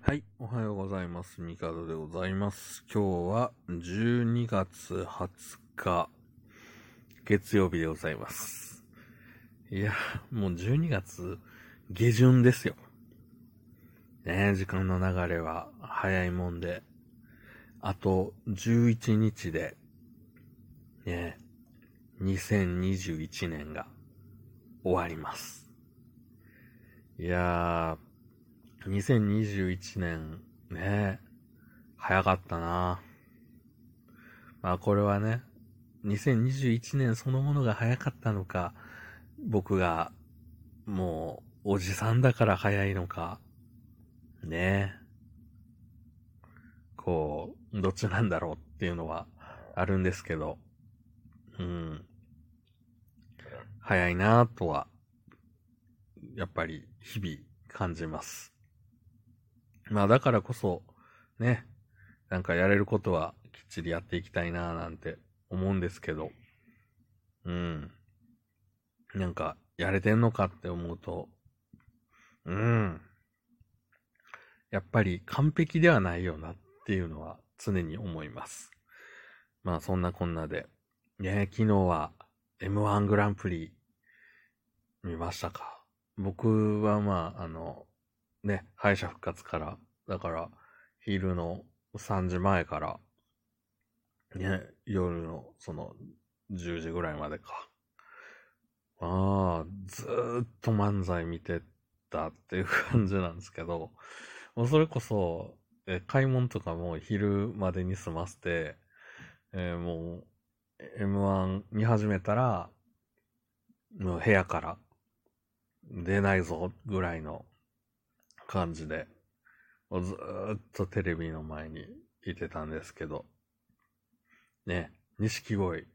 はい、おはようございます。ミカドでございます。今日は12月20日、月曜日でございます。いや、もう12月下旬ですよ。ねえ、時間の流れは早いもんで、あと11日で、ねえ、2021年が終わります。いやー、2021年、ねえ、早かったな。まあこれはね、2021年そのものが早かったのか、僕がもうおじさんだから早いのか、ねえ、こう、どっちなんだろうっていうのはあるんですけど、うん、早いなぁとは、やっぱり日々感じます。まあだからこそ、ね、なんかやれることはきっちりやっていきたいなぁなんて思うんですけど、うん、なんかやれてんのかって思うと、うん、やっぱり完璧ではないよなっていうのは常に思います。まあそんなこんなで。ね、昨日は M1 グランプリ見ましたか？僕はまあね、敗者復活から、だから昼の3時前からね、夜のその10時ぐらいまでか。ああ、ずーっと漫才見てたっていう感じなんですけど、もうそれこそ、買い物とかも昼までに済ませて、もう M1 見始めたら、もう部屋から出ないぞぐらいの感じで、もうずーっとテレビの前にいてたんですけど、ね、錦鯉。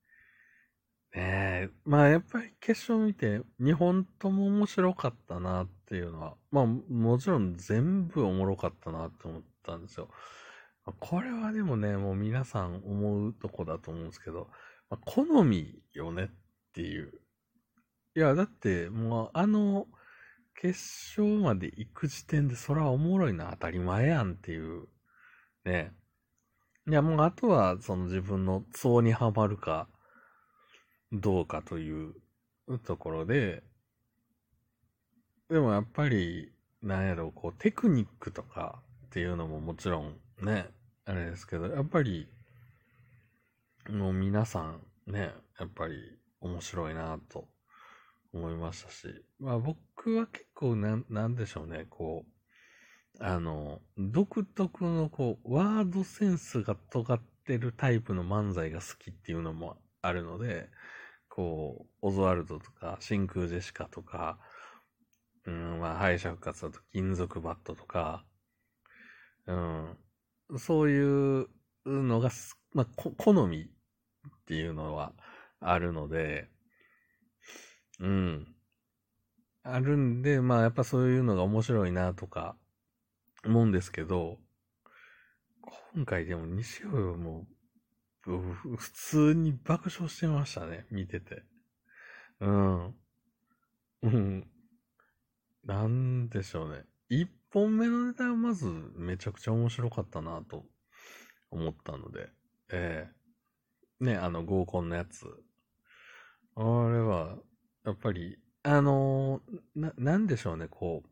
ねえ、まあやっぱり決勝見て、2本とも面白かったなっていうのは、まあもちろん全部おもろかったなって思ったんですよ。これはでもね、もう皆さん思うとこだと思うんですけど、まあ、好みよねっていう。いや、だってもう決勝まで行く時点でそれはおもろいのは当たり前やんっていうね。いや、もうあとはその自分のツボにはまるかどうかというところで、でもやっぱり、なんやろ、こうテクニックとかっていうのももちろんね、あれですけど、やっぱりもう皆さんね、やっぱり面白いなと思いましたし、まあ僕は結構なんでしょうね、こう、独特のこう、ワードセンスが尖ってるタイプの漫才が好きっていうのもあるので、こう、オズワルドとか、真空ジェシカとか、まあ、敗者復活だと金属バットとか、うん、そういうのがまあ、好みっていうのはあるので、うん。あるんで、まあやっぱそういうのが面白いなとか思うんですけど、今回でも西尾はもう普通に爆笑してましたね、見てて。うん。うん。なんでしょうね。一本目のネタはまずめちゃくちゃ面白かったなと思ったので、えね、合コンのやつ。あれは、やっぱり、なんでしょうね、こう、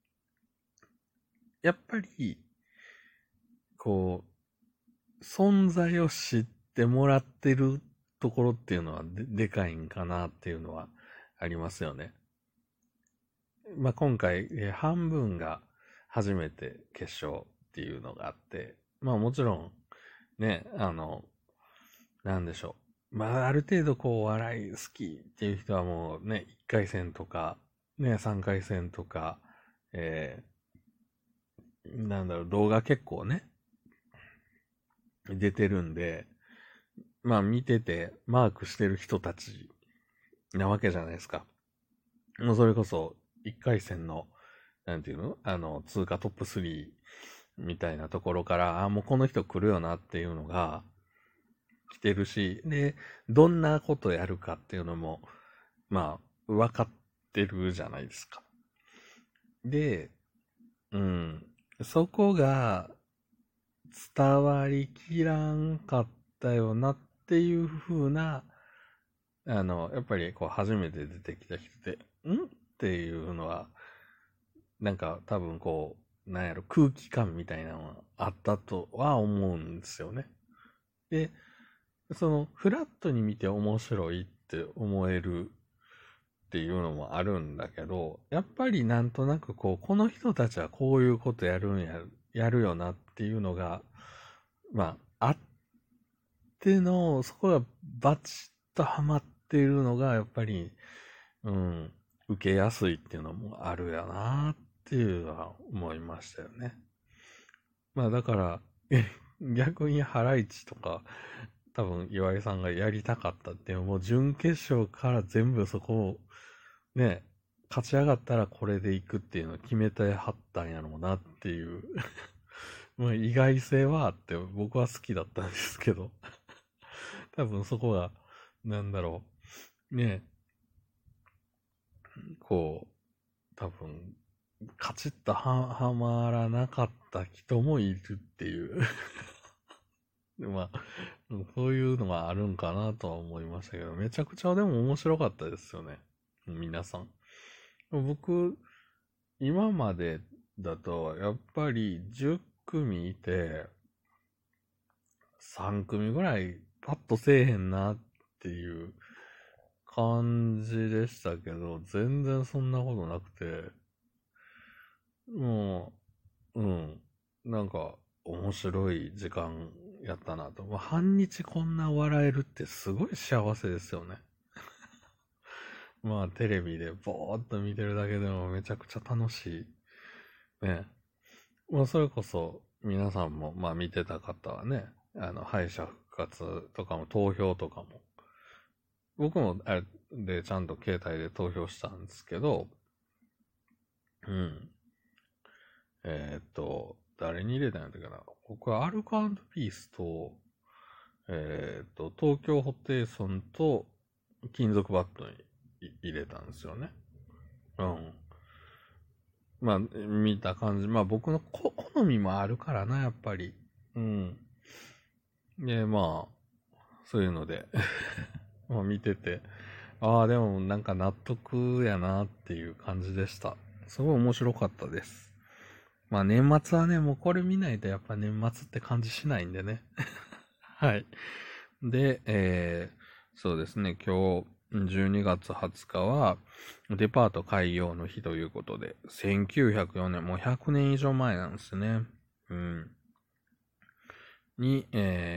やっぱり、こう、存在を知ってもらってるところっていうのはでかいんかなっていうのはありますよね。まあ、今回、半分が初めて決勝っていうのがあって、まあもちろん、ね、なんでしょう。まあある程度こう笑い好きっていう人はもうね、1回戦とか、ね、3回戦とか、えなんだろう、動画結構ね、出てるんで、まあ見ててマークしてる人たちなわけじゃないですか。もうそれこそ1回戦の、なんていうの通過トップ3みたいなところから、もうこの人来るよなっていうのが来てるし、で、どんなことやるかっていうのも、まあ、分かってるじゃないですか。で、うん。 そこが伝わりきらんかったよなっていう風な、やっぱりこう初めて出てきた人で、っていうのは、なんか多分こう、なんやろ、空気感みたいなのはあったとは思うんですよね。で、その、フラットに見て面白いって思えるっていうのもあるんだけど、やっぱりなんとなくこう、この人たちはこういうことやるよなっていうのが、まあ、あっての、そこがバチッとハマっているのが、やっぱり、うん、受けやすいっていうのもあるやなっていうのは思いましたよね。まあだから、逆にハライチとか、多分岩井さんがやりたかったっていうのも、準決勝から全部そこを、ね、勝ち上がったらこれでいくっていうのを決めてはったんやろうなっていうまあ意外性はあって僕は好きだったんですけど多分そこが、なんだろう、ね、こう、多分、カチッとはまらなかった人もいるっていうまあ、そういうのがあるんかなとは思いましたけど、めちゃくちゃでも面白かったですよね。皆さん。僕、今までだと、やっぱり10組いて、3組ぐらいパッとせえへんなっていう感じでしたけど、全然そんなことなくて、もう、なんか、面白い時間やったなと。半日こんな笑えるってすごい幸せですよね。まあ、テレビでぼーっと見てるだけでもめちゃくちゃ楽しい。ね。まあ、それこそ、皆さんも、まあ、見てた方はね、敗者復活とかも投票とかも、僕も、あれで、ちゃんと携帯で投票したんですけど、うん。誰に入れたんやったかな。僕はアルコピースと、東京ホテイソンと金属バットに入れたんですよね。うん。まあ、見た感じ。まあ僕の好みもあるからな、やっぱり。うん。で、まあ、そういうのでまあ見てて、ああ、でもなんか納得やなっていう感じでした。すごい面白かったです。まあ年末はね、もうこれ見ないとやっぱ年末って感じしないんでね。はい。で、そうですね、今日12月20日はデパート開業の日ということで、1904年、もう100年以上前なんですね。うん。に、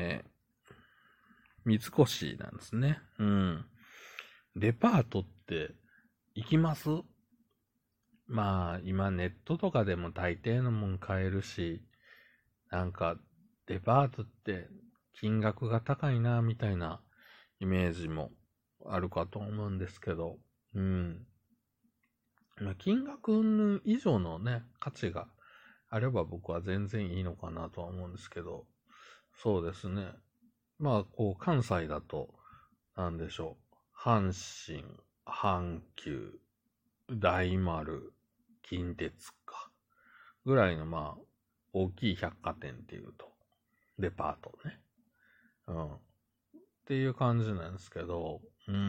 三越なんですね。うん。デパートって行きます？まあ、今ネットとかでも大抵のもん買えるし、なんか、デパートって金額が高いな、みたいなイメージもあるかと思うんですけど、うん。金額以上のね、価値があれば僕は全然いいのかなとは思うんですけど、そうですね。まあ、こう、関西だと、なんでしょう。阪神、阪急、大丸、近鉄か。ぐらいの、まあ、大きい百貨店っていうと、デパートね。うん。っていう感じなんですけど、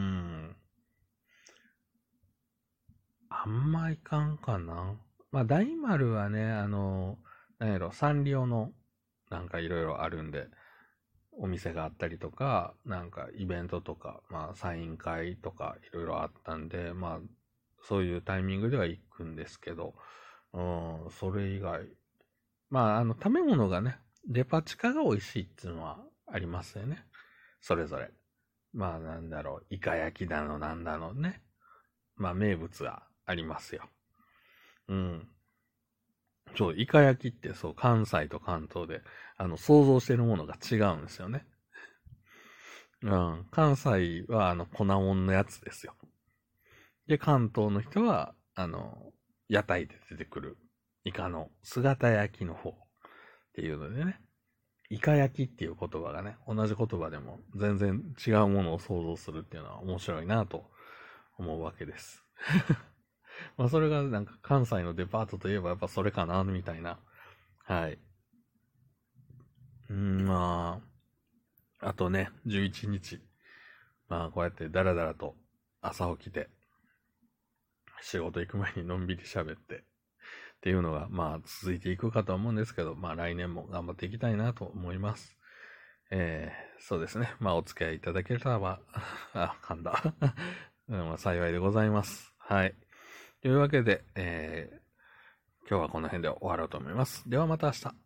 あんまいかんかな。まあ、大丸はね、なんやろ、サンリオの、なんかいろいろあるんで、お店があったりとか、なんかイベントとか、まあ、サイン会とかいろいろあったんで、まあ、そういうタイミングでは行くんですけど、それ以外、まあ、食べ物がね、デパ地下が美味しいっていうのはありますよね。それぞれ。まあ、なんだろう、イカ焼きだの、なんだのね。まあ、名物がありますよ。うん。そう、イカ焼きってそう、関西と関東で、想像してるものが違うんですよね。うん。関西は、粉もんのやつですよ。で、関東の人は、屋台で出てくる、イカの姿焼きの方っていうのでね。イカ焼きっていう言葉がね、同じ言葉でも全然違うものを想像するっていうのは面白いなと思うわけです。まあそれがなんか関西のデパートといえばやっぱそれかな、みたいな。 はい。まあ、あとね、11日。まあ、こうやってダラダラと朝起きて、仕事行く前にのんびり喋って、っていうのが、まあ、続いていくかと思うんですけど、まあ、来年も頑張っていきたいなと思います。そうですね。まあ、お付き合いいただけたらば、噛んだ。幸いでございます。はい。というわけで、今日はこの辺で終わろうと思います。ではまた明日。